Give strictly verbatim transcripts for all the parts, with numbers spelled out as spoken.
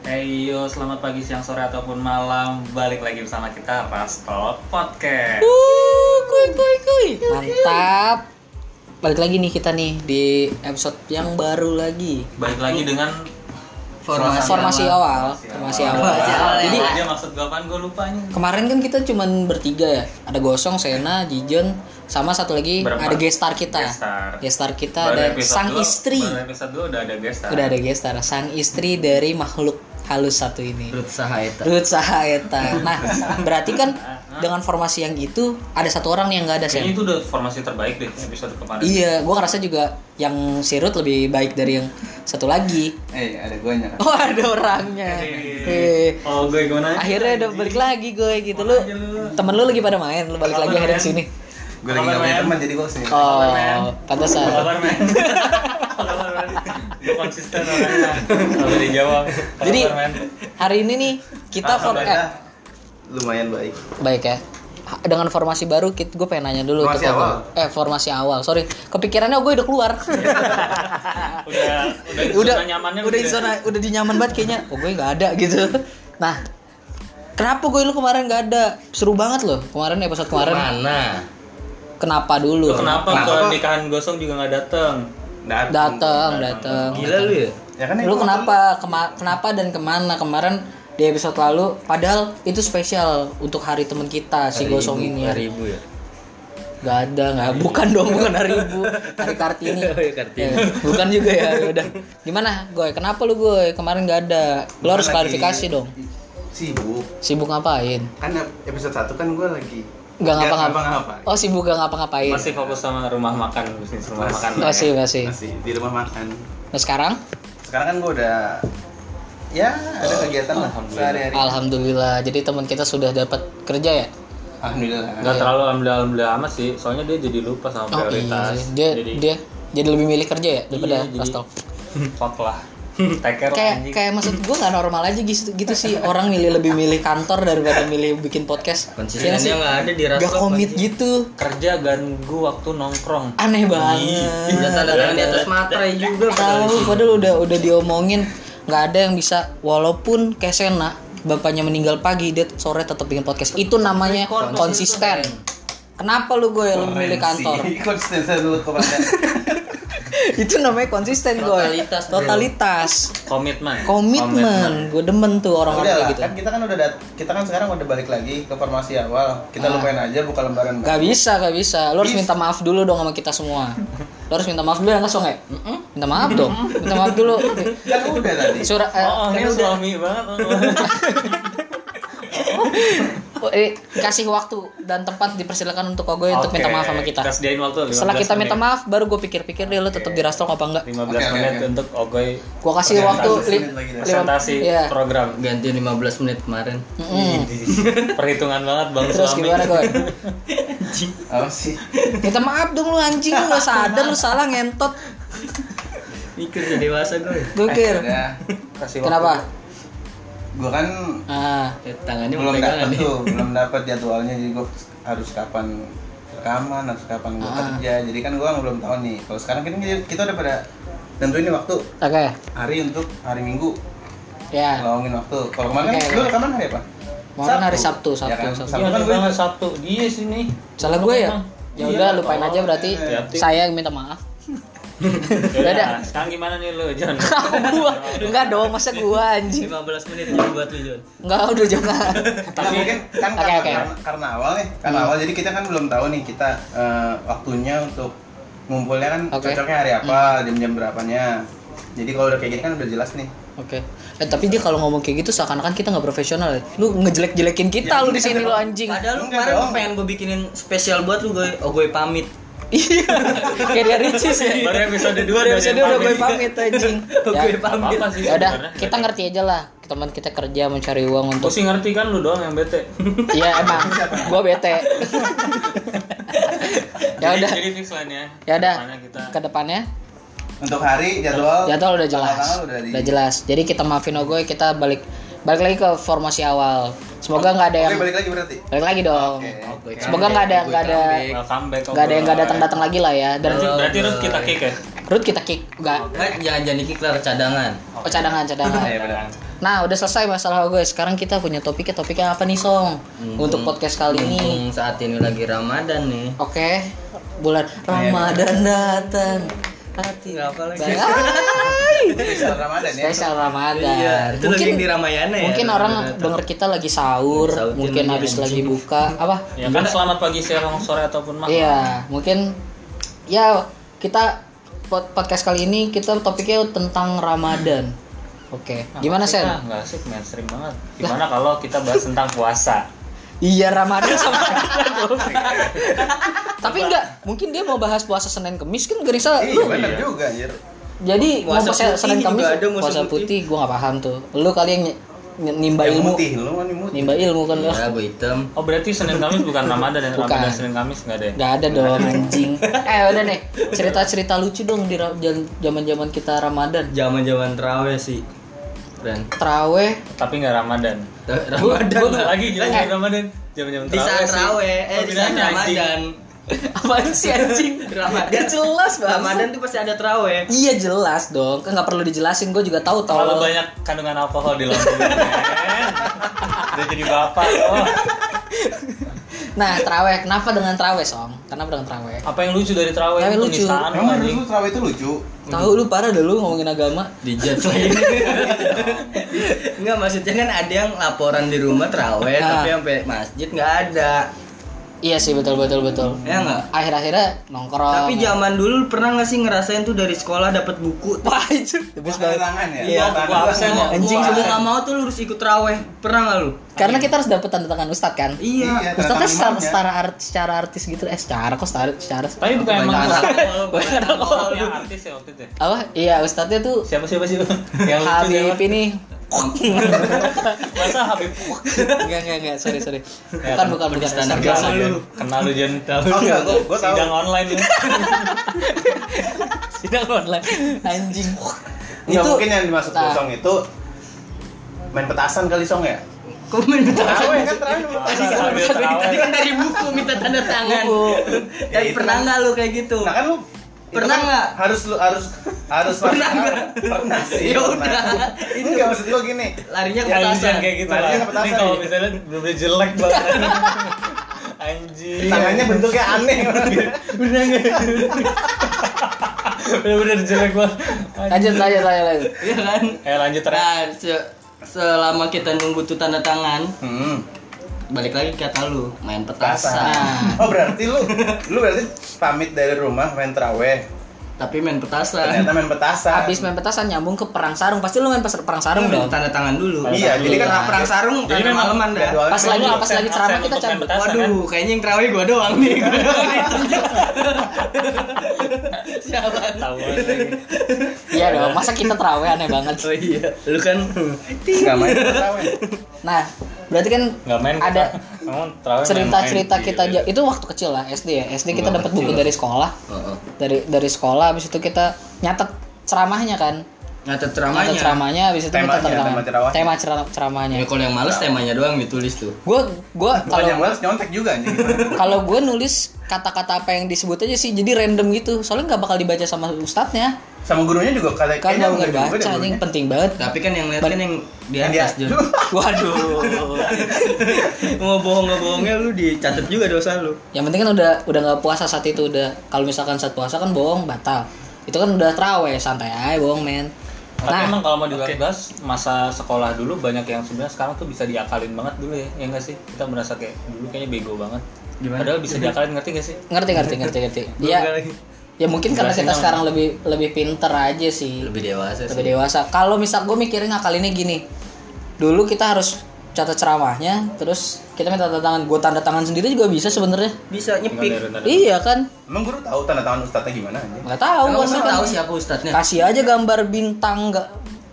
Hey yo, selamat pagi, siang, sore, ataupun malam. Balik lagi bersama kita Rastalk Podcast. Wuh, kuy kuy kuy. Mantap. Balik lagi nih kita nih di episode yang baru lagi. Balik lagi dengan Formasi, formasi awal, formasi awal. Formasi awal. Jadi dia maksud gue apaan? Gue lupa nih. kemarin kan kita cuman bertiga ya. Ada Gosong, Sena, Jijon, sama satu lagi Berempat. ada gestar kita. Gestar. Gestar kita Baru ada episode sang dua- istri. Baru episode dua udah ada gestar. Udah ada gestar, sang istri dari makhluk halus satu ini. Ruth Sahaeta. Ruth Sahaeta. Nah, berarti kan dengan formasi yang itu ada satu orang yang nggak ada Kayaknya Sen. itu udah formasi terbaik deh episode kemarin. Iya, gue ngerasa juga yang si Ruth lebih baik dari yang satu lagi. Eh, ada guanya kan? Oh, ada orangnya. Eh, Oh gue gue nanya. akhirnya udah balik lagi gue gitu lu. Temen lu lagi pada main, lu balik lagi Kabar, akhirnya men? sini. Gue lagi gak punya Men. teman jadi gue kesini. Oh, men? pantesan. Apa kabar men? Apa kabar men? Gue konsisten orangnya. Kalau dijawab. Apa Jadi kabar, men? hari ini nih kita for eh, Alhamdulillah, lumayan baik. baik ya. Ha- Dengan formasi baru, gue pengen nanya dulu Formasi ke Kogo. awal. Eh, formasi awal. Sorry, kepikirannya gue udah keluar. Udah udah di udah zona nyamannya udah di zona udah di nyaman banget kayaknya. Oh, gue nggak ada gitu. Nah, kenapa gue lu kemarin nggak ada? Seru banget loh kemarin episode kemarin. Mana? Kenapa dulu? Lu kenapa Kenapa, ke Pak? nikahan Gosong juga nggak dateng? Datang, datang. Gila lu ya? Ya kan Lu itu kenapa? Kema- kenapa dan kemana kemarin di episode lalu? Padahal itu spesial untuk hari teman kita si Gosong ini. Hari Ibu ya? Gak ada, nggak. Bukan dong, bukan hari Ibu, hari Kartini. Oh, iya, Kartini. Eh, bukan juga ya. Ya udah. Gimana, Goy? Kenapa lu Goy? Kemarin nggak ada. Lu harus Gua lagi klarifikasi dong. Sibuk. Sibuk ngapain? Kan episode satu kan gue lagi Nggak nggak ngapa-ngapa. ngapa-ngapain. Oh, sibuk gak ngapa-ngapain. Masih fokus sama rumah makan, bisnis rumah makan. Masih, Masih, masih. Masih di rumah makan. Nah, sekarang? Sekarang kan gue udah ya ada kegiatan lah Alhamdulillah. sehari-hari. Alhamdulillah. Jadi teman kita sudah dapat kerja ya? Alhamdulillah. Nggak terlalu alhamdulillah alhamdulillah amat sih, soalnya dia jadi lupa sama Oh, prioritas. iya. Dia jadi dia jadi lebih milih kerja ya daripada Iya, jadi- Rastalk. fuck lah. Take care Kayak anjing. kayak maksud gue nggak normal aja gitu gitu sih, orang milih lebih milih kantor daripada milih bikin podcast. Iya nggak sih? Konsistennya nggak ada di Gak Rastalk. komit gitu, kerja ganggu waktu nongkrong. aneh banget. Udah tanda tangan di atas materai juga padahal. Tahu padahal udah udah diomongin nggak ada yang bisa, walaupun kayak Sena bapaknya meninggal pagi dia sore tetap bikin podcast. Itu namanya konsisten. Kenapa lu gue lu milih kantor? Konsisten saya dulu kepada Itu namanya konsisten gue. Totalitas, bro. Totalitas. Komitmen. Komitmen. Gue demen tuh orang-orang udah kayak lah, gitu. kan kita kan udah dat- kita kan sekarang udah balik lagi ke formasi awal. Kita Ah. lupain aja buka lembaran Gak bisa, gak bisa. Lo harus Bisa. minta maaf dulu dong sama kita semua. Lo harus minta maaf dulu ya, nggak Song ya? Minta maaf dong. Minta maaf dulu. Kan udah tadi. Surat eh, Oh, kan ini udah. suami banget. Oh, eh, kasih waktu dan tempat dipersilakan untuk Kogoy untuk Oke, minta maaf sama kita. Kita sediain waktu lima belas Setelah kita minta menit. maaf, baru gue pikir-pikir deh lo tetap di Rastalk apa enggak. lima belas Oke, oke, menit oke. untuk Ogoy Gue kasih Presentasi waktu li- menit lagi deh. lima- presentasi iya. program. Ganti lima belas menit kemarin. Mm-mm. Perhitungan banget Bang Terus suami. gimana Goy? Apa sih? Minta maaf dong lu anjing, lu gak sadar lu salah ngentot. Mikir udah dewasa gue. Gokil. Udah. Kasih waktu. Kenapa? Gue kan Ah, Ya, tangannya belum pegangan dapet nih. tuh, belum dapet jadwalnya, jadi gue harus kapan rekaman, harus kapan gue Ah. kerja. Jadi kan gue belum tahu nih. Kalau sekarang kan kita, kita udah pada tentuin nih waktu oke. hari untuk hari Minggu, Ya. ngomongin waktu. Kalau kemarin Oke, kan oke. lu rekaman hari apa? Kemarin hari Sabtu, Sabtu, Ya kan? Sabtu. Sabtu Iya, kan kan gue banget Sabtu. Dia sini. Salah gue ya? Ya Iya, udah lupain tolong. aja berarti Hati-hati. saya yang minta maaf. Ya Udah. sekarang gimana nih lu, John? gua enggak dong, masa gua anjing. lima belas menit jadi buat lu, Jon. Enggak, udah jangan. Tapi mungkin kan Oke, karena, oke. karena, karena awal nih, karena Hmm. awal jadi kita kan belum tahu nih kita eh, waktunya untuk ngumpulnya kan Oke. cocoknya hari apa, jam-jam berapanya. Jadi kalau udah kayak gini kan udah jelas nih. Oke. Eh tapi dia kalau ngomong kayak gitu seakan-akan kita nggak profesional ya. Lu ngejelek-jelekin kita Ya, lu di enggak sini dong. lu anjing. Padahal lu Enggak kemarin dong. pengen gue bikinin spesial buat lu, gue. Oh, gue pamit. Iya. Kayak dia Ricis ya. Baru episode dua Baru udah episode dia udah gue pamit. pamit anjing. Oh, Ya, gue pamit. Apa-apa sih ya udah, sebenarnya. kita ngerti aja lah. Teman kita kerja mencari uang Gue untuk sih ngerti kan, lu doang yang bete. Iya emang, gua bete. Ya Jadi- udah. Jadi fix line ya. Ya udah. Kedepannya kita Ke depannya Untuk hari jadwal jadwal udah jelas. tanggal-tanggal udah di- Udah jelas. Jadi kita maafin Ogoy, kita balik balik lagi ke formasi awal. Semoga nggak ada Oke, yang balik lagi berarti. balik lagi dong. Oke. Semoga nggak ada nggak ada welcome back. nggak ada yang nggak datang datang lagi lah ya. Dan Berarti, Halo, berarti Ruth boy. kita kick ya. Ruth kita kick. Enggak. Nah, jangan jangan dikiklar cadangan. Oh, cadangan, cadangan. Iya, benar. Nah, udah selesai masalah gue. Sekarang kita punya topiknya. Topiknya apa nih, Song? Mumpung- Untuk podcast kali ini. mumpung saat ini lagi Ramadan nih. Oke. Bulan Ramadan datang. Hati Nggak apa lagi. Bye. Spesial Ramadan ya. Spesial Ramadan. Iya, itu lagi yang di Ramayana ya. mungkin orang denger kita lagi sahur, Lagi sahur, mungkin lagi habis anjing. lagi buka apa? Ya kan selamat pagi, siang, sore ataupun malam. Iya, mungkin ya kita pod- podcast kali ini kita topiknya tentang Ramadan. Oke. Nah, Gimana, kita Sen? Nggak asik, mainstream banget. Gimana kalau kita bahas tentang puasa? Iya, Ramadan sama Tapi enggak, mungkin dia mau bahas puasa Senin Kemis kan Gerisa Iya, lu. benar juga anjir. Jadi mau Puasa puasa putih Senin juga Kemis ada, puasa puasa putih. putih gua enggak paham tuh. Lu kali yang ny- ny- nimba Yang ilmu. putih, lu kan yang putih. Nimba ilmu kan lu. Ya, gue hitam. Oh berarti Senin Kamis bukan Ramadan ya? Bukan. Ramadan Senin Kamis nggak ada ya? Enggak ada dong anjing. Eh udah nih, cerita-cerita lucu dong di ra- jam- zaman-zaman kita Ramadan. Zaman-zaman terawih sih. Keren. Terawih Tapi nggak Ramadan. Ramadan. Gua lah. lagi gila Eh. nggak Ramadan. Jam-jam Di saat sih. terawih, eh di saat Perbedaannya, anjing. Ramadan. apaan sih anjing? Ramadan. Gak jelas banget. Ramadan tuh pasti ada terawih. Iya jelas dong, kan nggak perlu dijelasin, gue juga tahu Terlalu tau. banyak kandungan alkohol di lambung. Men. Udah jadi bapak loh. Nah, terawih, kenapa dengan terawih, Song? Kenapa dengan terawih? Apa yang lucu dari terawih? Terawih Itu lucu. penistaan, Emang anjing. menurut lu terawih itu lucu? Tahu lu parah dah lu ngomongin agama. Dijat lagi. Enggak, maksudnya kan ada yang laporan di rumah terawih Ah. tapi sampai masjid nggak ada. Iya sih, betul betul betul. Ya nggak? Akhir-akhirnya nongkrong. Tapi zaman dulu pernah nggak sih ngerasain tuh dari sekolah dapat buku? wah itu the best Tanda banget. tangan ya? Iya, Tanda gua absen tangan. ya. Anjing, Gua sudah. nggak mau tuh lu harus ikut terawih. Pernah nggak lu? Karena kita harus dapat tanda tangan ustadz kan. Iya. Iya, tanda Ustadznya tangan secara, imamnya. secara, art, secara artis gitu, eh secara kok secara, secara Tapi bukan emang Banyak Ustaz- alkohol, bukan banyak alkohol yang artis ya waktu itu. ya? apa? Iya ustadznya tuh Siapa siapa sih? Yang lucu Habib siapa? ini. Masa Habib? Enggak enggak enggak, sorry sorry. Ya, Bukan bukan bukan. standar Ustadz biasa biasa. lu. Kenal lu Jen. Oh enggak, gua, gua tahu. Sidang online lu. Sidang online. Anjing. Enggak, Itu mungkin yang dimaksud Nah. Song itu main petasan kali Song ya? Komen Terawih kan terawih main Masa petasan. Habib Tadi terawih? kan dari buku minta tanda tangan. buku. Dan Ya, itu pernah kan. nggak lu kayak gitu? Nah kan lu itu Pernah kan nggak? harus lu harus harus Pernah pernah nggak? pernah sih Ya pernah. udah. Enggak maksud gua gini Larinya ke Ya petasan. Jen kayak gitu Larinya lah. ke petasan Ini kalau ya. misalnya bener-bener jelek banget. Anjing. tangannya bentuknya aneh Bener nggak? Bener-bener jelek banget. Lanjut lanjut lanjut lanjut. Iya kan? Eh lanjut terus. Nah, se- selama kita nunggu tuh tanda tangan, hmm. balik lagi ke kata lu, main Petasan. petasan. Oh berarti lu lu berarti pamit dari rumah main terawih Tapi main petasan. ternyata main petasan Habis main petasan nyambung ke perang sarung. Pasti lu main pas- perang sarung Main dong. tanda tangan dulu. Iya, jadi kan Nah, perang sarung Jadi tanda memang malaman dah. jadwalnya Pas memang lagi lu pas lagi ceramah kita cabut. Petasan, kan? Waduh, kayaknya yang terawih gua doang nih. Gua doang nih. Siapa Tahu lagi. Iya dong, masa kita terawih aneh banget. Oh iya, lu kan nggak main terawih Nah, berarti kan Nggak main. ada Emang terawih main- cerita-cerita main- kita iya. aja. Itu waktu kecil lah, S D ya. S D kita Waktu dapat buku kecil. dari sekolah. Heeh. Dari dari sekolah habis itu kita nyatet ceramahnya kan. Nyatet Nyatet ceramahnya. ceramahnya habis itu Temanya, kita tanda tangan. tema ceramah. Tema cera- ceramahnya. Ya kalau yang males temanya doang ditulis tuh. Gue gue bukan yang kalau males nyontek juga anjing kalau gue nulis kata-kata apa yang disebut aja sih, jadi random gitu. Soalnya nggak bakal dibaca sama ustadznya. sama gurunya juga kata Kan kayaknya nggak nggak juga baca deh anjing, gurunya. penting banget. Tapi kan yang lihat kan yang di Yang dia atas Jon. Waduh. Mau bohong nggak bohongnya lu dicatat juga dosa lu. Yang penting kan udah udah nggak puasa saat itu, udah kalau misalkan saat puasa kan bohong batal. Itu kan udah terawih, santai aja bohong men. Tapi Nah, emang kalau mau dibahas masa sekolah dulu banyak yang sebenarnya sekarang tuh bisa diakalin banget dulu ya, ya nggak sih? Kita merasa kayak dulu kayaknya bego banget. Gimana? Padahal bisa diakalin, ngerti gak sih? ngerti ngerti ngerti ngerti. Belum Iya. kali. Ya mungkin karena Jelasin kita dong. sekarang lebih lebih pinter aja sih. Lebih dewasa Lebih sih. dewasa. Kalau misal gue mikirnya ngakalinnya gini. Dulu kita harus catat ceramahnya, terus kita minta tanda tangan. Gue tanda tangan sendiri juga bisa sebenarnya. Bisa nyepik. Bener, bener. Iya kan? Emang guru tahu tanda tangan ustadznya gimana anjing? Nggak tahu. Emang asal lu kan. tahu siapa ustadznya? Kasih aja gambar bintang nggak.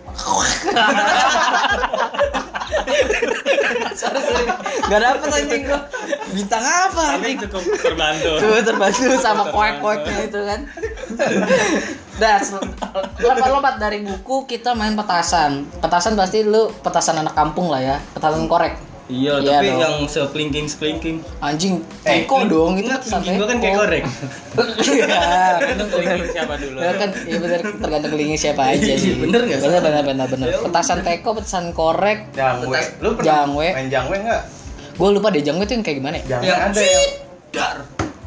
sorry sorry. Gak dapet anjing gua. Bintang apa Tapi anjing? cukup terbantu. Tuh terbantu sama koek-koeknya itu kan. Dah, lompat-lompat dari buku kita main petasan. Petasan pasti lu petasan anak kampung lah ya. Petasan korek. Iya, Iya tapi dong. yang sekelingking sekelingking. Anjing, Eh, teko dong itu enggak, pesan kelingking gua kan teko. kayak korek. Iya. Lu kelingking siapa dulu? Ya kan, iya bener tergantung kelingking siapa aja Iya, sih. bener nggak sih? Bener bener bener bener. Ya, Petasan teko, petasan korek. Jangwe. Petas- Lu pernah Jangwe. main jangwe enggak? Gue lupa deh jangwe itu yang kayak gimana ya? Jangwe Yang ada yang dar.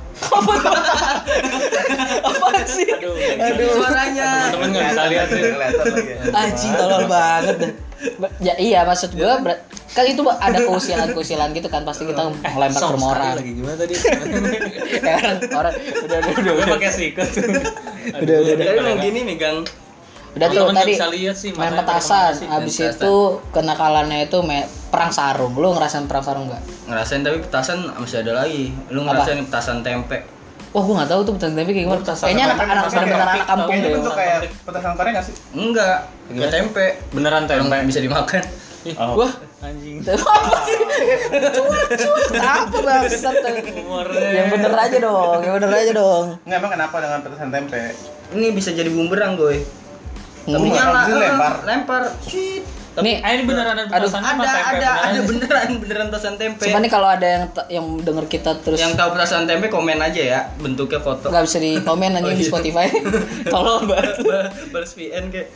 Apaan sih? Aduh, Aduh, suaranya. temen-temen nggak bisa lihat sih. kelihatan lagi. Anjing tolol banget dah. Ba- Ya iya maksud gue berat, kan itu ada keusilan-keusilan gitu kan pasti kita ngelempar ke rumah orang. Lagi gimana tadi? Ya orang orang udah udah udah Gue udah. pakai sikat. Udah, udah, udah. Jadi mau gini megang. Udah tuh Temen-temen nggak tadi bisa lihat sih, main makanya petasan, rekomendasi. abis Main itu kenakalannya itu me- perang sarung. Lu ngerasain perang sarung nggak? Ngerasain tapi petasan masih ada lagi. Lu Apa? ngerasain petasan tempe. Wah gue nggak tahu tuh petasan tempe kayak gimana. Petasan Kayaknya anak tempe anak petasan benar-benar tempe. anak kampung Kayaknya deh. bentuk kayak petasan korek nggak sih? Enggak, enggak tempe. Beneran tempe. Yang bisa dimakan. Ih, Oh. Wah, anjing. apa sih? Cuat, apa bangsat tuh? Umurnya. Yang bener aja dong, yang bener aja dong. Enggak, emang kenapa dengan petasan tempe? Ini bisa jadi bumerang, Goy. Tapi Hmm. nyala, Bisa eh, lempar. lempar. Shit. Nih, Ah, ini beneran ada Aduh, petasan Ada, ada, ada beneran, beneran petasan tempe. Cuma nih kalau ada yang t- yang denger kita terus Yang tahu petasan tempe komen aja ya, bentuknya foto. nggak bisa di komen aja Oh, di iya. Spotify. Tolong banget. Ba- Balas V N kayak.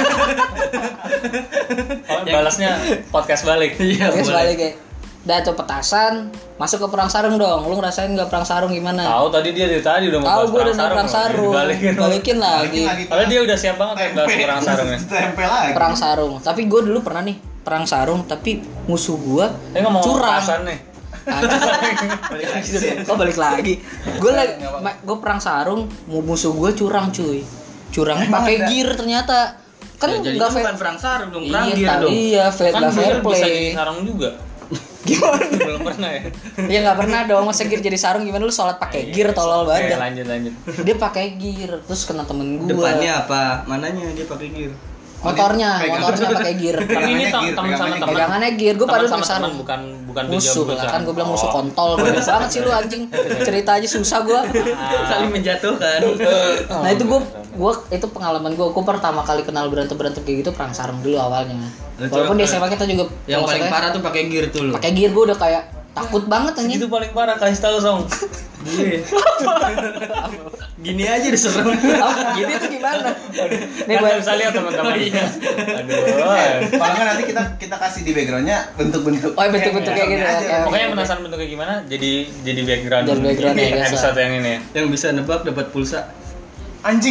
Oh, balasnya podcast balik. Iya, Oke, boleh. sekali kayak udah tuh petasan, masuk ke perang sarung dong. Lu ngerasain nggak perang sarung gimana? Tahu tadi dia dari tadi udah mau Tahu bahas gue udah naik perang sarung. Balikin. Balikin lagi. Padahal dia udah siap banget ya bahas perang sarungnya. Tempe lagi. Perang sarung. Tapi gue dulu pernah nih perang sarung, tapi musuh gue Ini ngomong curang. petasan nih. Anjing. Kok balik lagi? Gue lagi, gue perang sarung, mu- musuh gue curang cuy. Curangnya Emang pakai ada? gear ternyata. Kan Ya, jadi nggak fair. bukan perang sarung dong, perang Iya, gear ta- dong. iya, fair, Kan nggak fair bener bisa jadi play. sarung juga. Gimana? Belum pernah ya. Ya nggak pernah dong, masa gear jadi sarung gimana lu sholat pakai gear tolol Oke, banget. lanjut lanjut. Dia pakai gear, terus kena temen gue. Depannya apa? Mananya dia pakai gear? Motornya, Pegang. motornya pakai gear. Tapi ini Pegangannya tem- gear, teman sama pegangannya teman. Pegangannya gear, gue Teman padahal sama pakai sarung. teman, bukan bukan Musuh pinjam lah kan gue bilang musuh Oh. kontol. Gede banget sih lu anjing. Cerita aja susah gue. Saling menjatuhkan. Nah itu gue gue itu pengalaman gue. Gue pertama kali kenal berantem berantem kayak gitu perang sarung dulu awalnya. Itu- Walaupun di S M A kita juga Yang paling maksudnya parah tuh pakai gear tuh lu. pakai gear gue udah kayak takut banget anjing. Itu paling parah, kasih tahu Song. Iya. Gini aja udah serem. Oh, gini tuh gimana? Nih Kan buat nggak bisa lihat teman-teman. Oh, iya. Aduh. Kalau nggak nanti kita kita kasih di backgroundnya bentuk-bentuk. Oh, bentuk-bentuk kayak gitu. Aja. Oke. Pokoknya penasaran bentuknya gimana, jadi jadi background. Jadi background ya, di biasa. episode yang ini ya. Yang bisa nebak dapat pulsa. Anjing.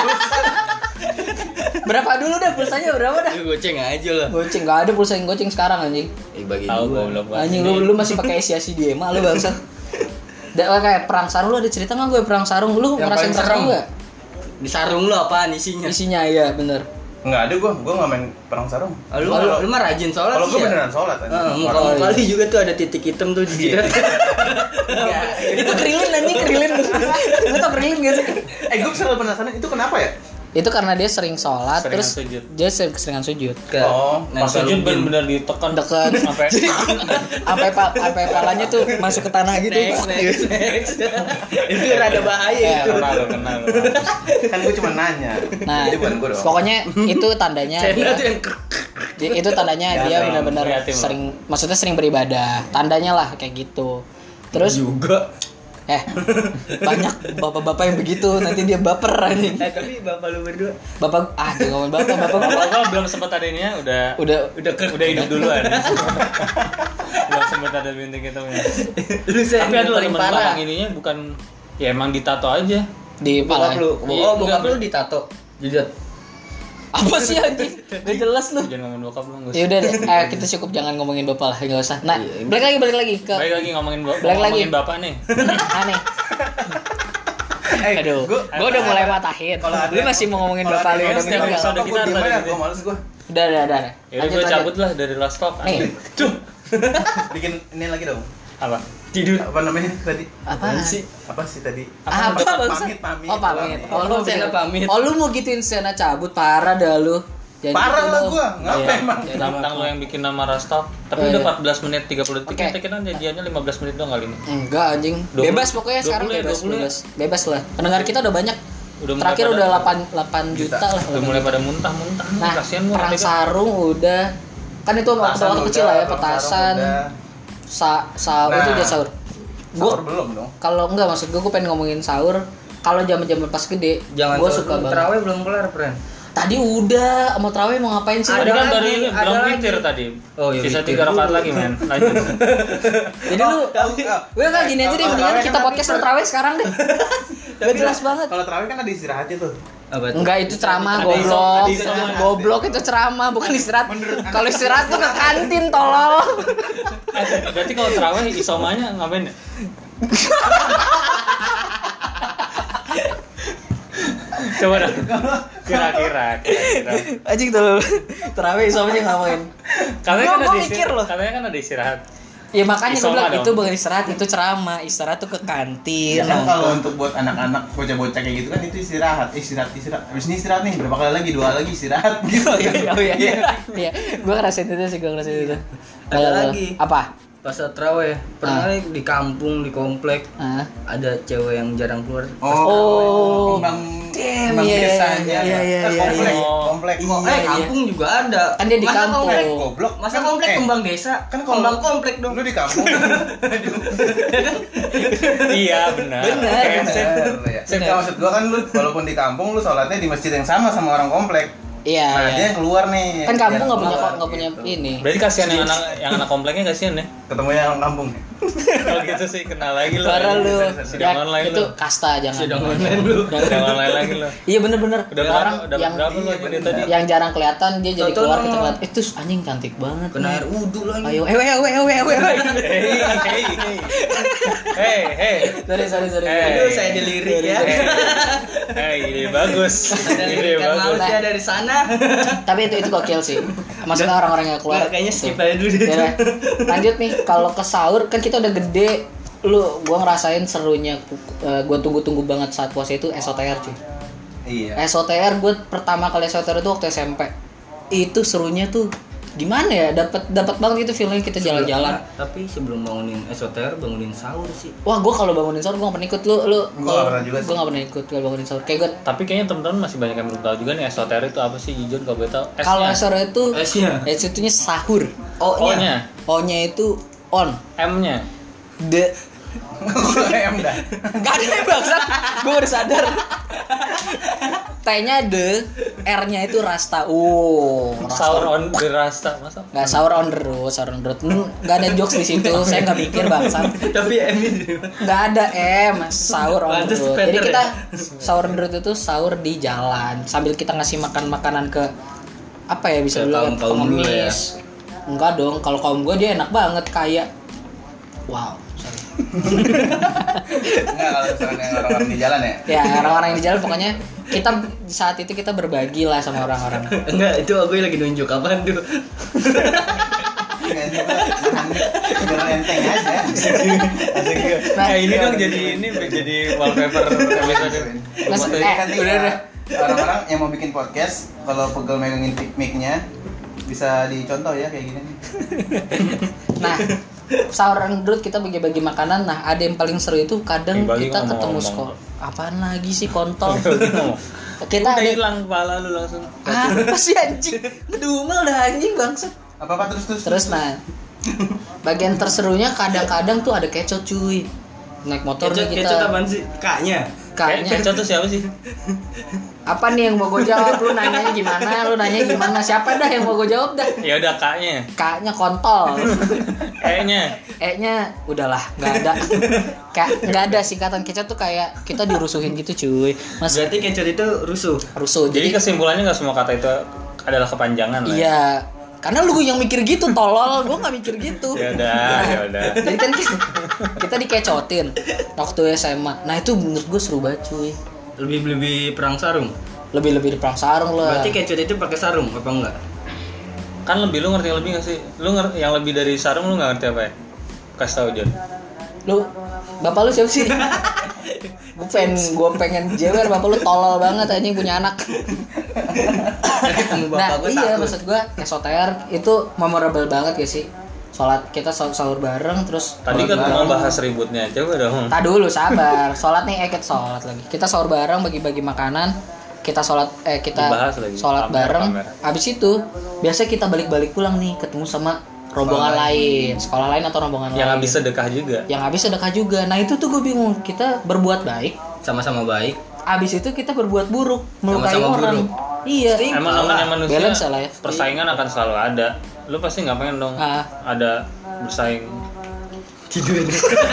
berapa dulu dah pulsanya berapa dah? Lu goceng aja lah. Goceng nggak ada pulsa yang goceng sekarang anjing. Eh bagi Tahu gua. goblok banget. Anjing lu lu masih pakai Asiasi di Ema lu bangsat. Da, kayak perang sarung lu ada cerita nggak gue perang sarung lu Yang ngerasain paling perang sarung serem. nggak? Di sarung lu apaan isinya? Isinya iya bener. Enggak ada gua, gua enggak main perang sarung. Ah, lu, Kalau- lu mah rajin sholat Kalau sih gua ya? beneran sholat anjing. Ah, muka Oh, muka iya. lu juga tuh ada titik hitam tuh di jidat. Enggak, itu krilin anjing krilin. Lu tau krilin gak sih? Eh, gua selalu penasaran itu kenapa ya? Itu karena dia sering sholat Seringan terus sujud. dia sering keseringan sujud. Ke- Oh, Pas nempel sujud ubin. bener-bener ditekan Dekat. sampai Sampai pa- sampai palanya tuh masuk ke tanah gitu. Next, next, next. Itu rada bahaya itu. kenal lo kenal lo. kan gua cuma nanya. Nah, Jadi bukan gua dong. pokoknya itu tandanya Channel dia, tuh yang krek. dia- itu tandanya Ya, dia sering benar-benar kreatif, sering maksudnya sering beribadah. Tandanya lah kayak gitu. Terus juga. eh banyak bapak-bapak yang begitu nanti dia baper anjing. Eh tapi bapak lu berdua Bapak ah dia ngomong bapak bapak Bapak bapak gua belum sempat ada ininya udah udah udah udah hidup duluan. Belum sempat ada bintik itu. lu saya Tapi ada loh paling teman parah. belakang ininya bukan ya emang ditato aja. di Bokap pala. lu. Iya, Oh, bokap enggak. lu ditato. Jidat. Apa sih anjing? Gak jelas lu. Jangan ngomongin bokap lu nggak Ya udah deh, eh, kita cukup jangan ngomongin bapak lah, enggak usah. Nah, Iya, balik lagi balik lagi ke Baik lagi ngomongin bo- Balik lagi. ngomongin bapak nih. aneh. Eh, Aduh, gua- gua udah mulai matahin. Kalau ada Lu yang- masih mau ngomongin kalau bapak ada lu yang yang setiap meninggal. episode Gua kita harus diem ada aja, gitu. gua males gua. Udah, udah, udah. Ya udah gue cabut lah dari last talk. Nih. Tuh. Bikin ini lagi dong. Apa? Tidur. Apa namanya tadi? Apaan sih? Apa sih tadi? Apa Pamit, bangsa? pamit, pamit. Oh, pamit. Pamit. Oh, lu Oh, Sena pamit. Oh, lu mau gituin Sena cabut parah dah lu. Jangan Parah gitu lah lu. gua, ngapa Iya. emang? Ya, Tentang lo yang bikin nama Rastaf. Tapi Oh, udah iya. empat belas menit tiga puluh detik. Oke. Kita kira jadiannya lima belas menit doang kali ini. Enggak anjing. dua puluh. Bebas pokoknya dua sekarang puluh ya, bebas, dua puluh ya. bebas. Bebas lah. Pendengar kita udah banyak. Udah mulai Terakhir pada- udah delapan, delapan juta lah. Udah mulai pada muntah-muntah. Nah, Kasihan gua perang mereka. sarung udah Kan itu waktu Petasan waktu kecil lah ya, udah, petasan, udah. sa sahur Nah, itu dia sahur. Sahur Gua belum dong. kalau enggak maksud gue gue pengen ngomongin sahur. Kalau zaman-zaman pas gede, Jangan gue sahur suka dulu, banget. terawih belum kelar, friend. Tadi udah mau terawih mau ngapain sih? Ada Tadi kan lagi, dari ada belum lagi. witir tadi. Oh, iya, Sisa witir tiga rakaat dulu. lagi, men. Lanjut. Jadi lu, gue kan gini aja deh, Kalau mendingan terawih kita kan podcast tapi- terawih sekarang deh. Gak jelas banget. Kalau terawih kan ada istirahatnya tuh. Apa tuh? Enggak, itu ceramah Ada goblok. isom- ada isoman. Goblok itu ceramah, bukan istirahat. Kalau istirahat tuh ke kantin tolol. Eh, berarti kalau terawih isomanya ngapain ya? Coba dah. Kira-kira, kira-kira. Anjing tuh. Terawih isomanya ngapain? Katanya Gua- kan gua ada mikir istirahat. loh. Katanya kan ada istirahat. Ya makanya gue Isoma bilang dong. itu bukan istirahat, itu ceramah. Istirahat tuh ke kantin. Ya kan kalau untuk buat anak-anak bocah-bocah kayak gitu kan itu istirahat, istirahat, istirahat. Habis ini istirahat nih, berapa kali lagi? Dua lagi istirahat gitu. Oh iya, oh iya. Iya, gue ngerasain itu sih, gue ngerasain itu. Ada Kalau- lagi. Apa? Pas saat terawih, pernah Ah. di kampung, di komplek Ah. ada cewek yang jarang keluar. Oh. kembang Damn, kembang iya, iya, desanya. iya, iya, Eh, iya, komplek, iya. komplek. Oh, Iya, eh iya. kampung juga ada. Kan dia di Masa kampung. komplek? Goblok. Masa komplek Eh, kembang desa? kan kalau- kembang komplek dong. Lu di kampung. Iya, benar. Benar, Kayak benar. Sep. Bener, ya. Nah, maksud gua kan lu walaupun di kampung lu sholatnya di masjid yang sama sama orang komplek. Iya, Nah, iya. dia yang keluar nih. Kan kampung Dia nggak punya keluar, nggak punya gitu. ini. Berarti kasihan yang anak yang anak kompleknya kasihan ya. Ketemu yang orang kampung. Kalau gitu sih kenal lagi lu. Parah lu. Sidang Ya, online itu lu. kasta jangan. Sidang online lu. Sidang online lagi lu. Iya bener-bener. Udah Orang berapa- udah yang berapa lu aja dari tadi? yang jarang kelihatan dia jadi Tonton keluar dong. kita ngeliat itu anjing cantik banget. Kena nih." air wudhu lagi. Ayo, eh, eh, eh, eh, eh, eh, eh. Hei, hei, hei. Hei, hei. Sorry, sorry, sorry. Eh. Aduh, saya dilirik ya. Hei. Hei, ini bagus. Ada Ini lirikan bagus. laut ya dari sana. Tapi itu itu gokil sih. Maksudnya orang-orang yang keluar. Nggak, kayaknya skip Tuh. aja dulu deh. Ya udah. Lanjut nih, kalau ke sahur kan kita udah gede. Lu gua ngerasain serunya uh, gua tunggu-tunggu banget saat puasa itu S O T R cuy. Iya. S O T R gue pertama kali S O T R itu waktu S M P. Itu serunya tuh gimana ya? Dapat dapat banget itu feeling kita jalan-jalan. Nah, tapi sebelum bangunin S O T R, bangunin sahur sih. Wah, gue kalau bangunin sahur gue gak pernah ikut lu lu. Gua nggak pernah juga sih. Gue gak pernah ikut kalau bangunin sahur. Kayak gue Tapi kayaknya teman-teman masih banyak yang belum tahu juga nih S O T R itu apa sih, Jujun kalau boleh tahu. S-nya. kalau sahur itu S-nya. S itunya sahur. O-nya. O-nya, O-nya itu on. M-nya. The Em dah. Gak ada yang bangsat. Gue baru sadar. T-nya the, R-nya itu rasta. Oh, Sahur on the rasta, masa? Nggak sahur on the road, sahur on the road. Hmm, nggak ada jokes di situ. Saya nggak mikir bangsat. Tapi M itu. Nggak ada M, sahur on the Pantes road. Peter Jadi kita ya? sahur on the road itu sahur di jalan sambil kita ngasih makan makanan ke apa ya bisa Ke bilang kaum-kaum dulu ya? pengemis. Enggak dong, kalau kaum gue dia enak banget kayak wow. Sorry. Enggak kalau misalkan yang orang-orang di jalan ya. Ya orang-orang yang di jalan pokoknya kita saat itu kita berbagi lah sama orang-orang. Enggak, itu aku lagi nunjuk apaan tuh. Enggak juga. Biar enteng aja. Nah, Kayak ini dong jadi ini jadi wallpaper episode. Mas, Jadi eh, kan nih, udah, ya, udah. orang-orang yang mau bikin podcast kalau pegel megangin mic-nya bisa dicontoh ya kayak gini nih. Nah, sahur on the road kita bagi-bagi makanan. Nah, ada yang paling seru itu kadang Yang bagi kita ngomong-ngomong. ketemu sekolah. Apaan lagi sih kontol? Udah Kita ada hilang kepala lu langsung. apa sih anjing? Ngedumel dah anjing bangsat. Apa-apa terus terus. Terus nah, bagian terserunya kadang-kadang tuh ada kecot cuy. Naik motor Kecot, nih kecot kita. apaan sih? Kaknya. Kayaknya Kecot tuh siapa sih? apa nih yang mau gue jawab? Lu nanyanya gimana? Lu nanya gimana? Siapa dah yang mau gue jawab dah? Ya udah kaknya. Kaknya kontol. E-nya. E-nya udahlah, nggak ada. Kayak nggak ada singkatan kecot tuh kayak kita dirusuhin gitu cuy. Mas Berarti kecot itu rusuh. rusuh. Jadi Jadi, kesimpulannya nggak semua kata itu adalah kepanjangan lah. iya. Karena lu yang mikir gitu tolol, gua nggak mikir gitu. Ya udah, ya udah. Jadi kan kita, kita dikecotin waktu S M A. Nah itu menurut gue seru banget cuy. Lebih lebih perang sarung. Lebih-lebih di perang sarung lah. Berarti kecot itu pakai sarung apa enggak? Kan lebih lu ngerti yang lebih nggak sih? Lu ngerti yang lebih dari sarung lu nggak ngerti apa ya? Kasih tahu John. Lu, bapak lu siapa sih? gue pengen, gue pengen jewer bapak lu tolol banget anjing punya anak. Ketemu Nah bapak gue iya takut. maksud gue S O T R itu memorable banget ya sih. Sholat kita sahur, sahur bareng terus Tadi kan sholat mau bareng. bahas ributnya, coba dong. Tak dulu sabar, sholat nih eket sholat lagi. Kita sahur bareng bagi-bagi makanan. kita sholat eh kita Dibahas lagi. sholat Pamer, bareng. pamer. Abis itu biasanya kita balik-balik pulang nih ketemu sama rombongan Sekolah lain, sekolah lain atau rombongan Yang lain. habis sedekah juga. Yang habis sedekah juga. Nah itu tuh gue bingung. Kita berbuat baik, Sama-sama baik. abis itu kita berbuat buruk, melukai Sama-sama orang. buruk. Iya. Emang namanya manusia Balance lah ya. persaingan akan selalu ada. Lu pasti nggak pengen dong Ah. ada bersaing. Tidur.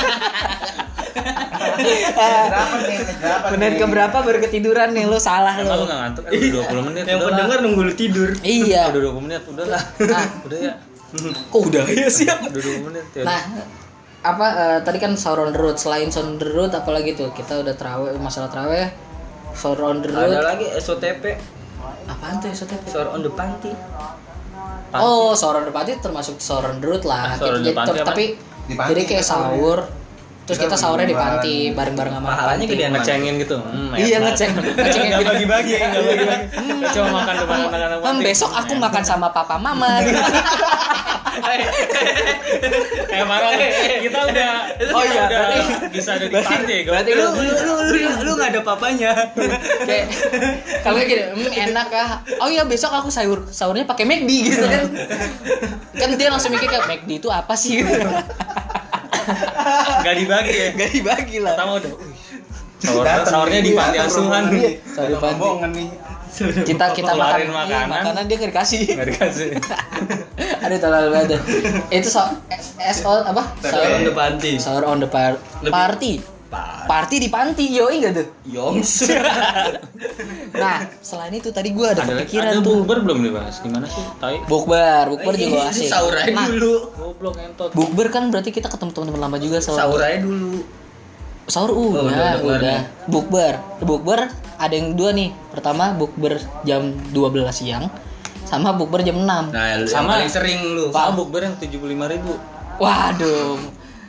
Berapa nih? Berapa Menit nih? ke berapa baru ketiduran nih, lu salah Emang lu lu. nggak ngantuk? Eh, udah dua puluh menit. Yang udahlah. pendengar nunggu lu tidur. Iya. Udah dua puluh menit, udahlah. Nah. Udah ya. Kok udah ya siap. Udah dua puluh menit ya. Nah, apa eh, tadi kan sahur on the road, selain sahur on the road apalagi tuh? Kita udah terawih, masalah terawih, sahur on the road. Ada lagi S O T P, Apaan tuh S O T P? Sahur on the Panti. Panti. Oh, sahur on the party termasuk sahur on the road lah. Ah, sahur on the Jadi- party apa? tapi Di panti jadi kayak kita sahurnya. sahur, terus Kita kita sahurnya di berdua. panti bareng-bareng sama Pahalanya panti. gedean mana? ngecengin gitu. Hmm, Iya, enak. ngeceng. Ngeceng Nggak gitu. bagi-bagi ya, nggak bagi-bagi. Cuma makan depan anak-anak Hmm, panti. besok aku makan sama papa mama gitu. Eh marah kita udah Oh iya, udah berarti- bisa ada di panti ya, berarti Lu lu lu lu, lu nggak ada papanya. Kayak kalau kayak gini, hmm, enak ah. Oh iya besok aku sahur sahurnya pakai McD gitu kan. Kan dia langsung mikir kayak McD itu apa sih? Gak dibagi ya. Gak dibagi lah. Pertama udah "Wih, sahur, sahurnya di panti asuhan. Sahur di panti. Rombongan nih. Kita kita makan Keluarin makanan, makanan. makanan dia nggak dikasih. Nggak dikasih. Aduh terlalu banget. Itu so S O apa? Sahur on the Panti. Sahur on the par Lebih- party. Party di panti, yoi enggak tuh? Yoms. Nah, selain itu tadi gua ada, Ada kepikiran ada tuh. bukber belum dibahas? Gimana sih? Tai. Bukber, bukber juga Itu asik. sahur aja Nah, dulu. Goblok entot. bukber kan berarti kita ketemu teman-teman lama juga sahur. Sahur aja dulu. Sahur udah, Oh, udah, udah kelar udah. nih. Bukber. Bukber ada yang dua nih. Pertama bukber jam dua belas siang sama bukber jam enam. Nah, yang Sama- paling sering lu. Sama bukber yang tujuh puluh lima ribu. Waduh.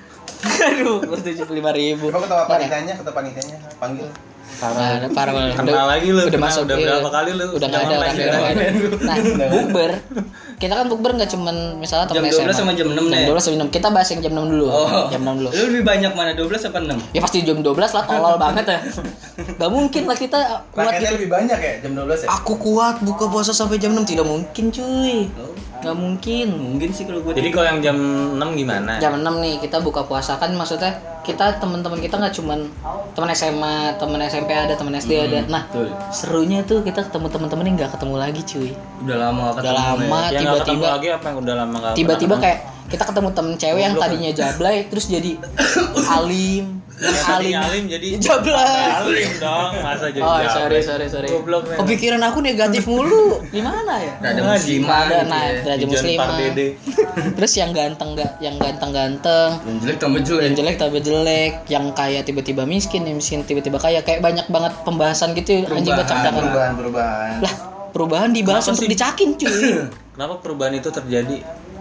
Aduh, tujuh puluh lima ribu. Coba ketua panitianya, ketua panitianya panggil. Parah, parah banget. Kenal lagi lu, Udah kenal, masuk udah iya. berapa kali lu? Udah nggak ada Udah orang online, udah udah nggak ada. Nah, bukber. Kita kan bukber nggak cuman misalnya Jam temen dua belas S M A. sama jam enam Jam deh. dua belas sama jam enam. Kita bahas yang jam enam dulu. Oh. Jam enam dulu. Lu lebih banyak mana dua belas apa enam? Ya pasti jam dua belas lah, tolol banget ya. Gak mungkin lah kita kuat Rakyatnya gitu. lebih banyak ya jam dua belas ya? Aku kuat buka puasa sampai jam enam, tidak mungkin cuy. Oh, Gak mungkin. mungkin sih kalau gua. Jadi kalau yang jam enam gimana? Jam enam nih kita buka puasa kan, maksudnya kita teman-teman kita nggak cuman teman S M A, teman S M P ada, teman S D ada. Nah, betul. serunya tuh kita ketemu teman-teman yang nggak ketemu lagi cuy. Udah lama nggak Udah ketemu lama ya. Yang nggak ketemu tiba-tiba lagi apa yang udah lama nggak tiba-tiba pernah kayak kita ketemu temen cewek yang tadinya jablay terus jadi alim, yang ketemu? alim, Yang alim jadi jablay. alim dong, masa jadi Oh jablay? sorry sorry sorry. Goblok, men. Kepikiran aku negatif mulu. Gimana ya? Ada Wah, muslimah Ada gitu nah, ya. ada Ijon muslimah. Pardede. Terus yang ganteng gak, yang ganteng-ganteng, Yang jelek tambah jelek. yang jelek tambah jelek, yang kaya tiba-tiba miskin, yang miskin tiba-tiba kaya, kayak banyak banget pembahasan gitu anjing Perubahan, bacak-bacakan. Perubahan, perubahan. Lah, perubahan dibahas Kenapa untuk sih? dicakin cuy. Kenapa perubahan itu terjadi?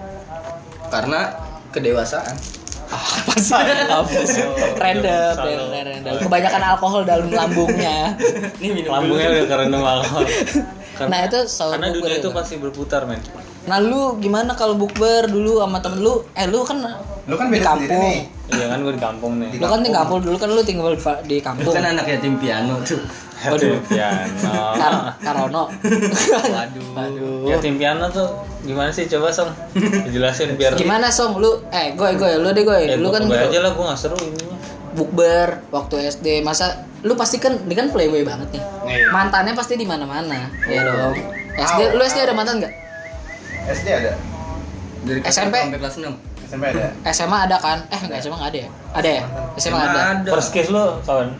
Karena kedewasaan. Apa sih? Apa sih? Random, Salah. random, random. Kebanyakan alkohol dalam lambungnya. Nih minum Lambungnya udah kerendam alkohol. Karena, Nah, itu sahur karena bukber dunia itu. itu pasti berputar, men. Nah, lu gimana kalau bukber dulu sama temen lu? Eh, lu kan Lu kan di beda sendiri kampung. nih. Iya kan gue di kampung nih. Lu kan di kampung dulu kan lu tinggal di- di Lu kampung. kan anak yatim piano tuh. Waduh, piano. Kar Karono. Waduh. Aduh. Ya tim piano tuh gimana sih, coba Song dijelasin biar Gimana Song lu? Eh, goy goy, lu deh goy. Eh, Lu kan gue aja lah, gue gak seru ini mah. bukber waktu S D. Masa lu pasti kan ini kan playboy banget nih. Nih. Mantannya pasti di mana-mana. Ya dong. S D lu S D ada mantan enggak? S D ada. Dari S M P? sampai kelas enam. S M P ada. S M A ada kan? Eh, enggak S M A enggak ada ya? Ada ya? S M A ada. First kiss lo kawan.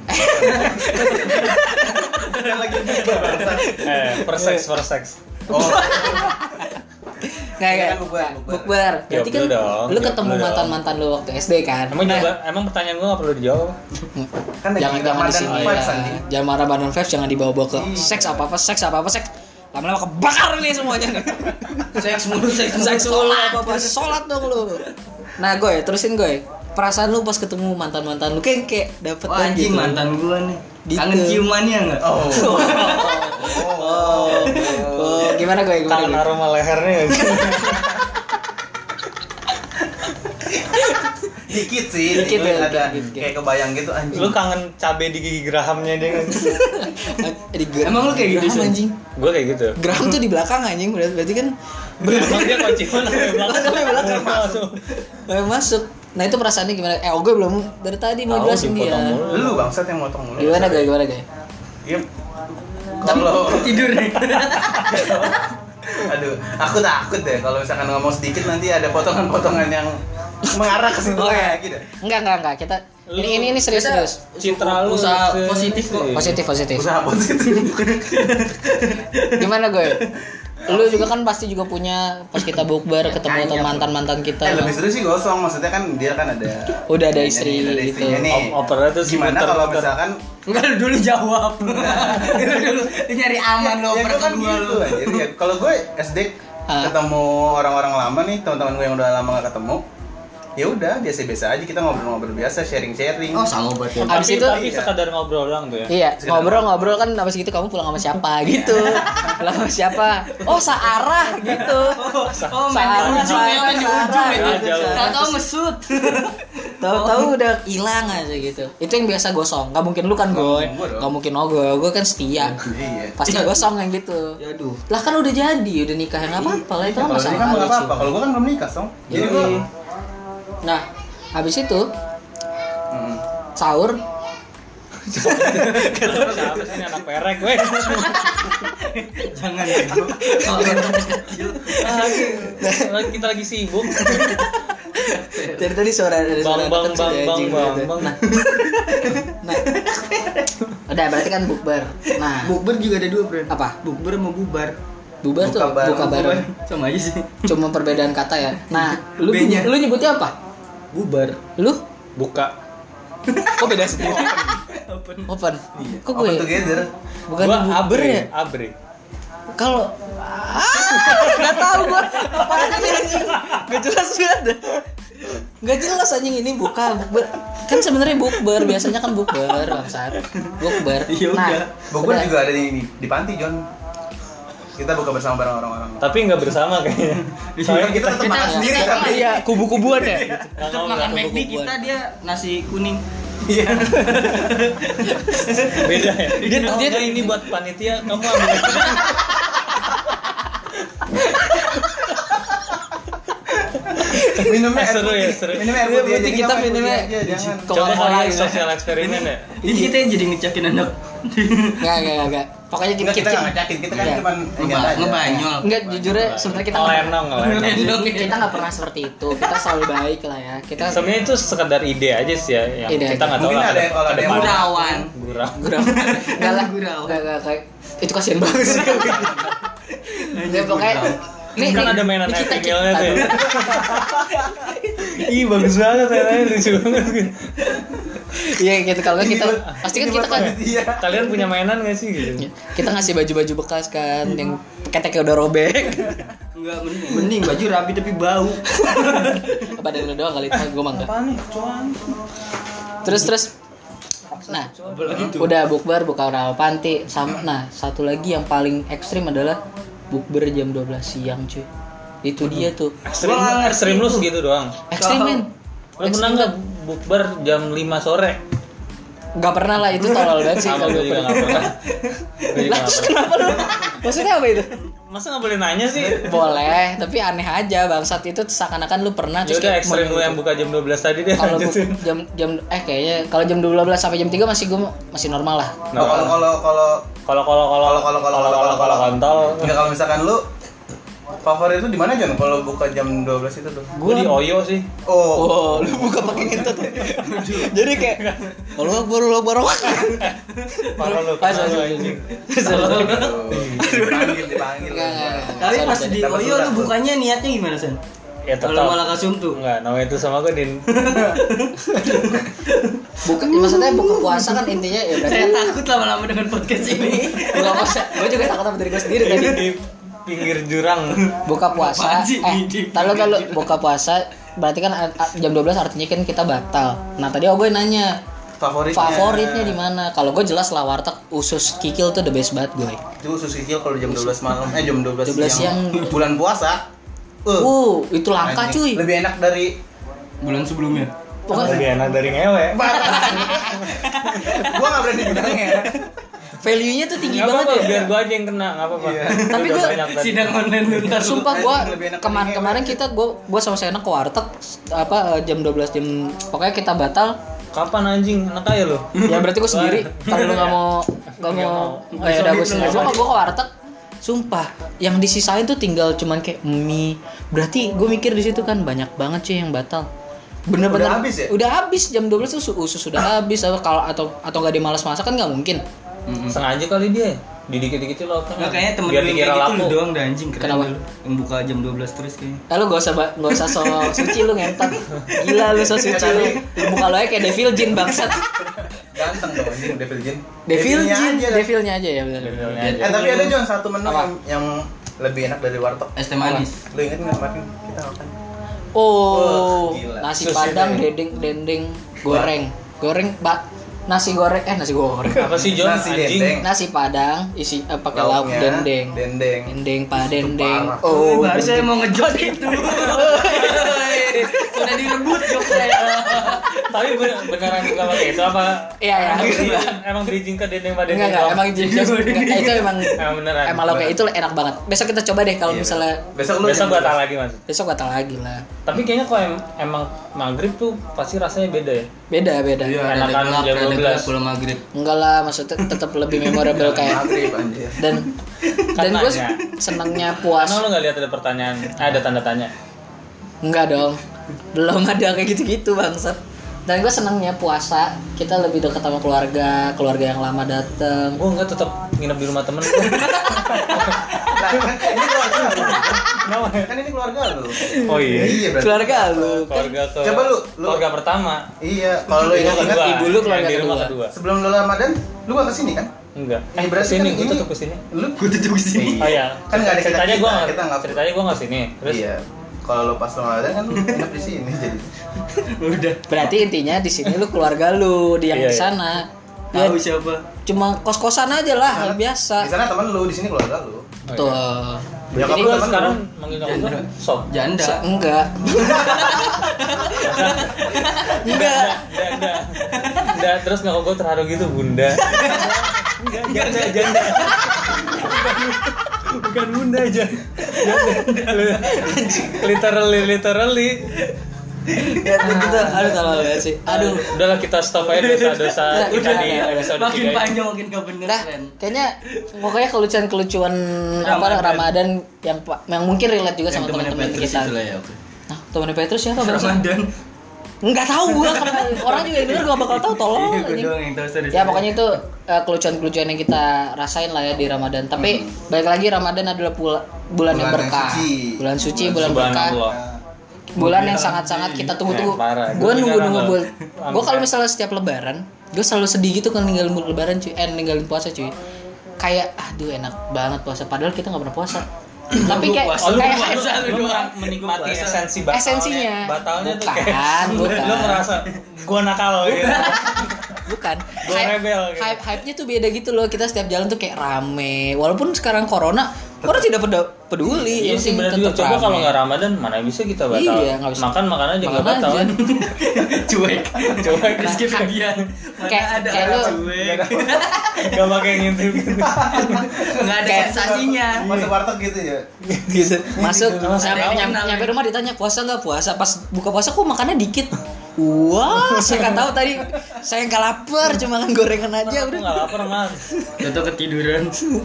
Lagi juga bangsa. eh, first sex, first sex. Oh. Enggak enggak. Kan bukber, bukber. Bukber. Berarti kan Jawab dulu dong, lu jawab ketemu dulu dong. mantan-mantan lu waktu S D kan? Emang Nah, jawab, emang pertanyaan gue gak perlu dijawab. Kan lagi jangan jangan di Ramadan sini vibes, ya. anjing. Jangan Ramadan vibes, jangan dibawa-bawa ke Iya. seks apa apa seks apa apa seks. Lama-lama kebakar nih semuanya. Seks mulu, seks mulu. Seks mulu apa apa sholat dong lu. Nah, gue terusin gue. Perasaan lu pas ketemu mantan-mantan lu kayak kayak dapet Wah, aja anjing gitu. mantan gua nih. Gitu. Kangen ciumannya enggak? Oh. Oh, oh, gimana gue? Gimana Tangan gue? aroma lehernya. dikit sih. Dikit Dikit ya, ada dikit, dikit. kayak kebayang gitu anjing. Lu kangen cabe di gigi gerahamnya dia kan? Di ger- Emang lu kayak gitu, Graham, Sen? anjing. Gue kayak gitu. Graham tuh di belakang anjing, berarti berarti kan Emang dia kunci mana sampai belakang? Sampai belakang. Masuk. Mau masuk. Nah itu perasaannya gimana? Eh, gue belum dari tadi mau Tahu, jelasin dia. dipotong mulu. Lu bangsat yang motong mulu. Gimana guys? Gimana guys? Iya. Kalau Tidur nih. aduh, aku takut deh kalau misalkan ngomong sedikit nanti ada potongan-potongan yang mengarah ke situ Oh, iya. lagi deh. Enggak enggak enggak. Kita ini ini ini serius serius. Citra lu Usaha se- positif kok. Positif positif. Usaha positif. Gimana gue? Lu juga kan pasti juga punya pas kita bukber ketemu Tanya, mantan mantan kita. Eh lebih seru sih gosong, maksudnya kan dia kan ada Udah ada ininya istri nih, ada gitu. istrinya nih. Op- opernya tuh Gimana seputar- kalau putar. misalkan Enggak, lu dulu jawab. Lu dulu lu nyari aman lo ya, oper gue kan kedua gitu lu. anjir. Ya, kalau gue S D Ah. ketemu orang-orang lama nih, teman-teman gue yang udah lama gak ketemu. Ya udah, biasa-biasa aja kita ngobrol-ngobrol biasa, sharing-sharing. Oh, sama buat ya. Abis Tapi- itu- tapi sekadar ngobrol doang tuh ya. Iya, Sekarang- ngobrol-ngobrol kan habis gitu kamu pulang sama siapa gitu. Pulang sama siapa? Oh, searah gitu. Oh, main di Salah, ujung ya, salah, main di ujung salah, ya. jauh. Tahu-tahu mesut. Tahu-tahu udah hilang aja gitu. Itu yang biasa gosong. Gak mungkin lu kan Nggak gue. mungkin gua dong. Gak mungkin oh gue. Gue kan setia. Iya. Pasti gosong yang gitu. Ya aduh. Lah kan udah jadi, udah nikah ya nggak apa-apa lah itu Kalau masalah. ini kan nggak lalu, apa-apa. cuy. Kalau gue kan belum nikah, Song. Jadi Yoi. gue Nah, habis itu Mm. sahur. Siapa sih ini anak perek, weh? Jangan gitu. Kalau anak kecil. Lagi kita lagi sibuk. Dari tadi suara dari Bang suara bang kecil bang ya, bang anjing, bang gitu. bang. Nah, nah. Udah berarti kan bukber. Nah, Bukber juga ada dua, Bro. apa? Bukber sama bubar. Bubar tuh Buka bareng, buka bareng. Sama aja sih. Cuma perbedaan kata ya. Nah, lu B-nya. lu nyebutnya apa? Bubar. Lu? Buka. Kok beda sendiri? Open. Open. Iya. Kok Open gue? together. Bukan Gua bukber abre ya? Abre. Kalau ah, nggak tahu gua apaan ini anjing. Nggak jelas banget. Nggak jelas anjing ini buka bukber. Kan sebenarnya bukber, biasanya kan bukber bangsat. Bukber. Iya, udah. Bogor udah. juga ada di di panti, John. Kita buka bersama bareng orang-orang. Tapi nggak bersama kayaknya. Soalnya kita tetap makan sendiri Iya, tapi. iya, kubu-kubuan ya. Nggak Tetap mau, makan nggak. McD kita dia nasi kuning. Iya. Beda ya. Dia- Oh, dia- enggak, ini buat panitia kamu ambil. Minumnya air Seru ya, putih. seru. Minumnya air Iya, putih. berarti Jadi kita nggak air putih minumnya aja, jangan. Kok Coba nggak kali ada gitu? sosial eksperimen ya. Ini kita yang jadi ngecakin anak. Enggak, enggak, enggak. Pokoknya Enggak, kita kita nggak ngecakin, kita kan Iya. cuma Ngeba- ngebanyol. enggak jujurnya sebenarnya kita nggak- Ngelenong, ngelenong. kita nggak pernah seperti itu. Kita selalu baik lah ya. Kita Sebenarnya itu sekedar ide aja sih ya, yang Ide kita aja. nggak tahu Mungkin lah ada yang- kalau ada yang kedepannya. Gurawan. Gurau. gurau. Enggak lah. Gurau. Enggak enggak kayak itu kasihan banget sih. Ya pokoknya nih Kan nih, ada mainan nih kita- Happy Meal-nya kita- tuh ya. Ih bagus banget mainannya, lucu banget. Iya gitu kalau nggak kita pasti kan kita kan Iya. Kalian punya mainan nggak sih gitu? kita ngasih baju-baju bekas kan yang keteknya udah robek. Enggak, mending, mending baju rapi tapi bau. Apa dari lu doang kali itu gue mah enggak. Apaan nih, cuan? Terus terus nah udah bukber buka rawa panti sama nah satu lagi yang paling ekstrim adalah bukber jam dua belas siang cuy. Itu dia tuh Ekstrim, Gua nggak ngerti ekstrim lu tuh. segitu doang. ekstrim men. Lu pernah nggak bukber jam lima sore? Nggak pernah lah itu tolol banget sih Sama kalau gue juga nggak pernah. Gue juga Lah nggak terus pernah. kenapa lu? Maksudnya apa itu? Masa nggak boleh nanya sih? Boleh, tapi aneh aja bangsat itu seakan-akan lu pernah Ya udah kayak ekstrim mau- lu yang buka jam dua belas tadi deh. kalau bu- lanjutin. jam jam eh kayaknya kalau jam dua belas sampai jam tiga masih gue masih normal lah. Nah, Kalau kalau kalau kalau kalau kalau kalau kalau kalau kalau kalau kontol, enggak kalau misalkan lu favorit itu di mana John? Kalau buka jam dua belas itu tuh. gue di Oyo sih. Oh. Oh, lu buka pakai ngentut. Jadi kayak kalau baru baru Parah lu. Pas, kenal pas, lu, pas. anjing. Aduh, dipanggil dipanggil. Enggak, enggak, enggak. Tapi Sorry, pas sorry. di Dapat Oyo surat lu tuh. bukanya niatnya gimana, Sen? Ya tetap. Kalau malah kasum tuh. Enggak, namanya itu sama gue Din. buka ya maksudnya buka puasa kan intinya ya berarti Saya takut lama-lama dengan podcast ini. buka puasa. Gue juga takut sama diri gue sendiri tadi. Di pinggir jurang. Buka puasa Apaan sih? eh Di- kalau kalau buka puasa berarti kan a- a- jam dua belas artinya kan kita batal. Nah, tadi gue nanya Favoritnya. favoritnya di mana? Kalau gue jelas lah warteg usus kikil tuh the best banget gue. Itu usus kikil kalau jam dua belas malam eh jam dua belas dua belas siang. siang. Bulan puasa. Uh, Uh, itu langka anjing. cuy. Lebih enak dari Bulan sebelumnya. Pokoknya Lebih enak dari ngewe. Gua nggak berani bilang ya. value-nya tuh tinggi Nggak banget apa-apa, ya. biar gua aja yang kena, nggak apa-apa. Iya. Tapi Udah gua- banyak tadi. Sidang online dulu. Sumpah gua Lebih enak kemarin dari kemarin kita gua gua sama Sena ke warteg apa eh, jam dua belas jam pokoknya kita batal. Kapan anjing? Enak aja lu. Ya berarti gua sendiri kalau lu enggak mau enggak Nggak mau mau. oh ya udah gua Nggak sendiri. mau. Gua gua ke warteg. Sumpah, yang disisain tuh tinggal cuman kayak mie. Berarti gue mikir di situ kan banyak banget cuy yang batal. Bener-bener Udah habis ya? Udah habis jam dua belas tuh usus, usus sudah habis atau kalau atau atau enggak dimalas masak kan nggak mungkin. Sengaja kali dia. Didikit-dikit lo kan. Nggak, kayaknya temen Biar gue yang dikira kayak gitu lu laku. doang dah anjing keren Kenapa? lu. Yang buka jam dua belas terus kayaknya. Eh lu gak usah ba- gak usah so suci lu ngentot. Gila lu so suci lu. Muka lu aja kayak Devil Jin bangsat. Ganteng dong anjing Devil Jin. Devil Devilnya Jin, aja dah. Devilnya aja ya benar. Devilnya Iya. aja. Eh tapi ada juga satu menu Apa? yang, yang lebih enak dari warteg. Es teh manis. Lu inget nggak kemarin kita makan? Oh, Wah, gila. nasi Sushi padang, deh. dendeng, dendeng, goreng, goreng, bak, nasi goreng, eh nasi goreng, Apa sih John? Nasi Anjing. dendeng. nasi padang, isi eh, pakai lauk Lauknya dendeng, Dendeng. dendeng, pa Itu dendeng. parah. Oh, baru saya mau ngejot itu. Sudah direbut jok saya. Tapi bener- beneran juga pakai itu apa? Iya, iya. Emang bridging, emang bridging ke dendeng pada enggak enggak, emang jadi enggak, itu emang Emang beneran. emang lauknya itu enak banget. Besok kita coba deh kalau Iya. misalnya Besok lu Besok jam gua dua belas. tak lagi mas. besok batal lagi lah. Tapi kayaknya kalau em- emang maghrib tuh pasti rasanya beda ya. Beda beda. Iya. Ada Enakan gelap, jam ada dua belas. gelap kalau maghrib. Enggak lah, maksudnya tetap lebih memorable kayak Maghrib anjir. dan dan gue Katanya. senangnya puas. Karena lu nggak lihat ada pertanyaan, ah, ada tanda tanya. Enggak dong, belum ada kayak gitu-gitu bangsat. Dan gue senangnya puasa kita lebih dekat sama keluarga, keluarga yang lama dateng. Gua nggak tetap nginep di rumah temen gua. Nah, kan ini keluarga lu. Kenapa? Kan ini keluarga lu. Oh iya. Iya berarti. Keluarga lu. Keluarga ke Coba lu- lu- keluarga pertama. Iya, kalau lu Ibu ingat-ingat kedua. ibu lu keluarga Yang di rumah kedua. kedua. sebelum lu Ramadan, lu gak kesini kan? Enggak. Ini Eh, berarti kesini, kan gua ini- tetap kesini. Lu Gue tutup di sini. Oh iya. Kan nggak ada ceritanya kita, gua nggak- kita nggak- ceritanya gua nggak sini. Terus Iya. Kalau lu pas Ramadan kan lu nginep di sini jadi. Udah. Berarti intinya di sini lu keluarga lu, di yang Iya, di iya. sana. Ya Tahu siapa? cuma kos-kosan aja lah, hal Di biasa. sana teman lu, di sini keluarga lu. Tuh. Ya Jadi kamu gua temen sekarang lu. manggil kamu tuh sob. Janda. Se- enggak. Enggak. Enggak, enggak. Enggak, terus nggak gue terharu gitu, Bunda. Enggak, janda, janda. Bukan, bukan Bunda aja. Janda. Literally, literally. Ya gitu. Aduh kalau lihat sih. Aduh. Udahlah kita stop aja dosa-dosa kita Udah, di udah, episode Makin tiga ini. panjang makin Dah, kebenaran. kayaknya pokoknya kelucuan-kelucuan apa Ramadan. Ramadan yang pa- yang mungkin relate juga Yang sama temannya teman-teman Petrus kita. itu lah ya. Oke. Nah, temannya Petrus siapa bang? Ramadan. Enggak tahu gua karena orang juga yang denger gak bakal tahu tolong. Iya, gue anjing. doang yang tahu serius. Ya pokoknya itu eh, kelucuan-kelucuan yang kita rasain lah ya di Ramadan. Tapi balik lagi Ramadan adalah pula, bulan, yang Bulan yang berkah. suci. Bulan suci, bulan berkah. Subhanallah. Bulan yang sangat-sangat kita tunggu-tunggu. Eh, parah. Gue Gua nunggu-nunggu beneran buat. loh. Gue kalau misalnya setiap Lebaran, gue selalu sedih gitu kan ninggalin Lebaran cuy. Eh ninggalin puasa cuy. Kayak aduh enak banget puasa. Padahal kita nggak pernah puasa. Tapi kayak puasa, Oh, lu kayak puasa, lu lu doang. menikmati Gua puasa. esensi batalnya. Esensinya. Batalnya tuh Bukan, kayak bukan. lu merasa gua nakal gitu. bukan. Gua Hype- rebel gitu. hype hype-nya tuh beda gitu loh. Kita setiap jalan tuh kayak rame. Walaupun sekarang corona, orang tidak peda- peduli. Iya Yang sih penting benar juga. tetap Coba rame. kalau nggak Ramadan mana bisa kita batal. Iya, nggak bisa. Makan makan aja nggak Makan batal. aja. kan? Cuek. Cuek. Rizky Febian. Mana Kayak- ada kayak orang lu- cuek. Gak pakai ngintip gitu. Enggak ada Kayak- sensasinya. Masuk warteg gitu ya. Gitu. Masuk Gitu. nyampe, Ada yang nyampe, kenal. nyampe rumah ditanya puasa nggak puasa. Pas buka puasa kok makannya dikit. Wah, saya nggak tahu tadi. Saya nggak lapar, cuma makan gorengan aja Aku udah. nggak lapar mas. Jatuh ketiduran.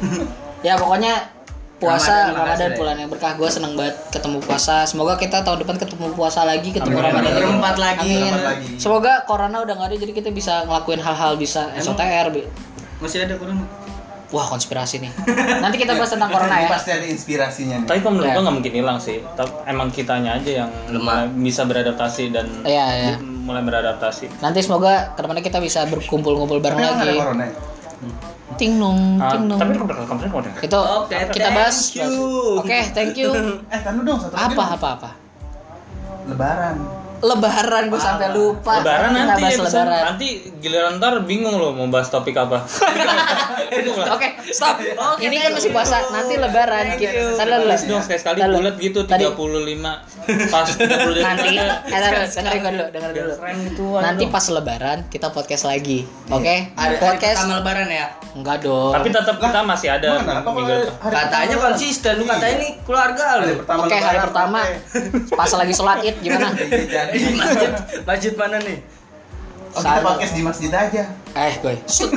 Ya pokoknya puasa Ramadan, Ramadan makasih, bulan yang berkah. Gue seneng banget ketemu puasa. Semoga kita tahun depan ketemu puasa lagi, ketemu Amin. Ramadan lagi. Berempat lagi. Amin. Berempat lagi. Semoga corona udah nggak ada jadi kita bisa ngelakuin hal-hal bisa S O T R. Bi. Masih ada corona. Wah konspirasi nih. Nanti kita bahas tentang corona Ini ya. pasti ada inspirasinya nih. Tapi kalau menurut Ya. gua nggak mungkin hilang sih. Tapi emang kitanya aja yang Lemah. bisa beradaptasi dan Iya ya. mulai beradaptasi. Nanti semoga kedepannya kita bisa berkumpul-kumpul bareng Tapi emang ada lagi. corona ya? Ting nong, Ah, ting nong. tapi kemarin kemarin kemarin. Itu Oke, kita thank bahas. you. Oke, thank you. Eh, kan lu dong satu lagi Apa dong. apa apa? Lebaran. Lebaran gue sampai lupa. Lebaran Kita nanti bahas ya, bisa. lebaran. Nanti giliran ntar bingung loh mau bahas topik apa. Oke, stop. Ini kan masih puasa. Nanti lebaran kita. Tadi dulu. Please dong sekali-sekali Tadi dulu. bulat gitu Tadi- tiga puluh lima pas tiga puluh detik Nanti, aja. eh, taruh, dengerin gue dulu, dengerin dulu. Keren gitu. Nanti pas lebaran kita podcast lagi. Oke? Ada hari Podcast pertama lebaran ya. enggak dong. Tapi tetap kita masih ada Mana? Apa minggu kalau depan. hari Katanya pertama konsisten, lu Iya. katanya ini keluarga lu. Hari pertama Oke, hari lebaran, pertama oke. pas lagi sholat Id gimana? Iya, jadi. Masjid, masjid mana nih? Oh, kita Sama. podcast di masjid aja. Eh, gue.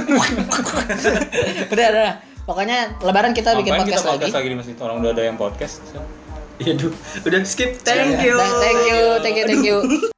udah, udah. Pokoknya lebaran kita bikin Ngapain kita podcast, lagi. podcast lagi di masjid orang udah ada yang podcast. Iya, udah skip. Thank you. Thank you, thank you, thank you.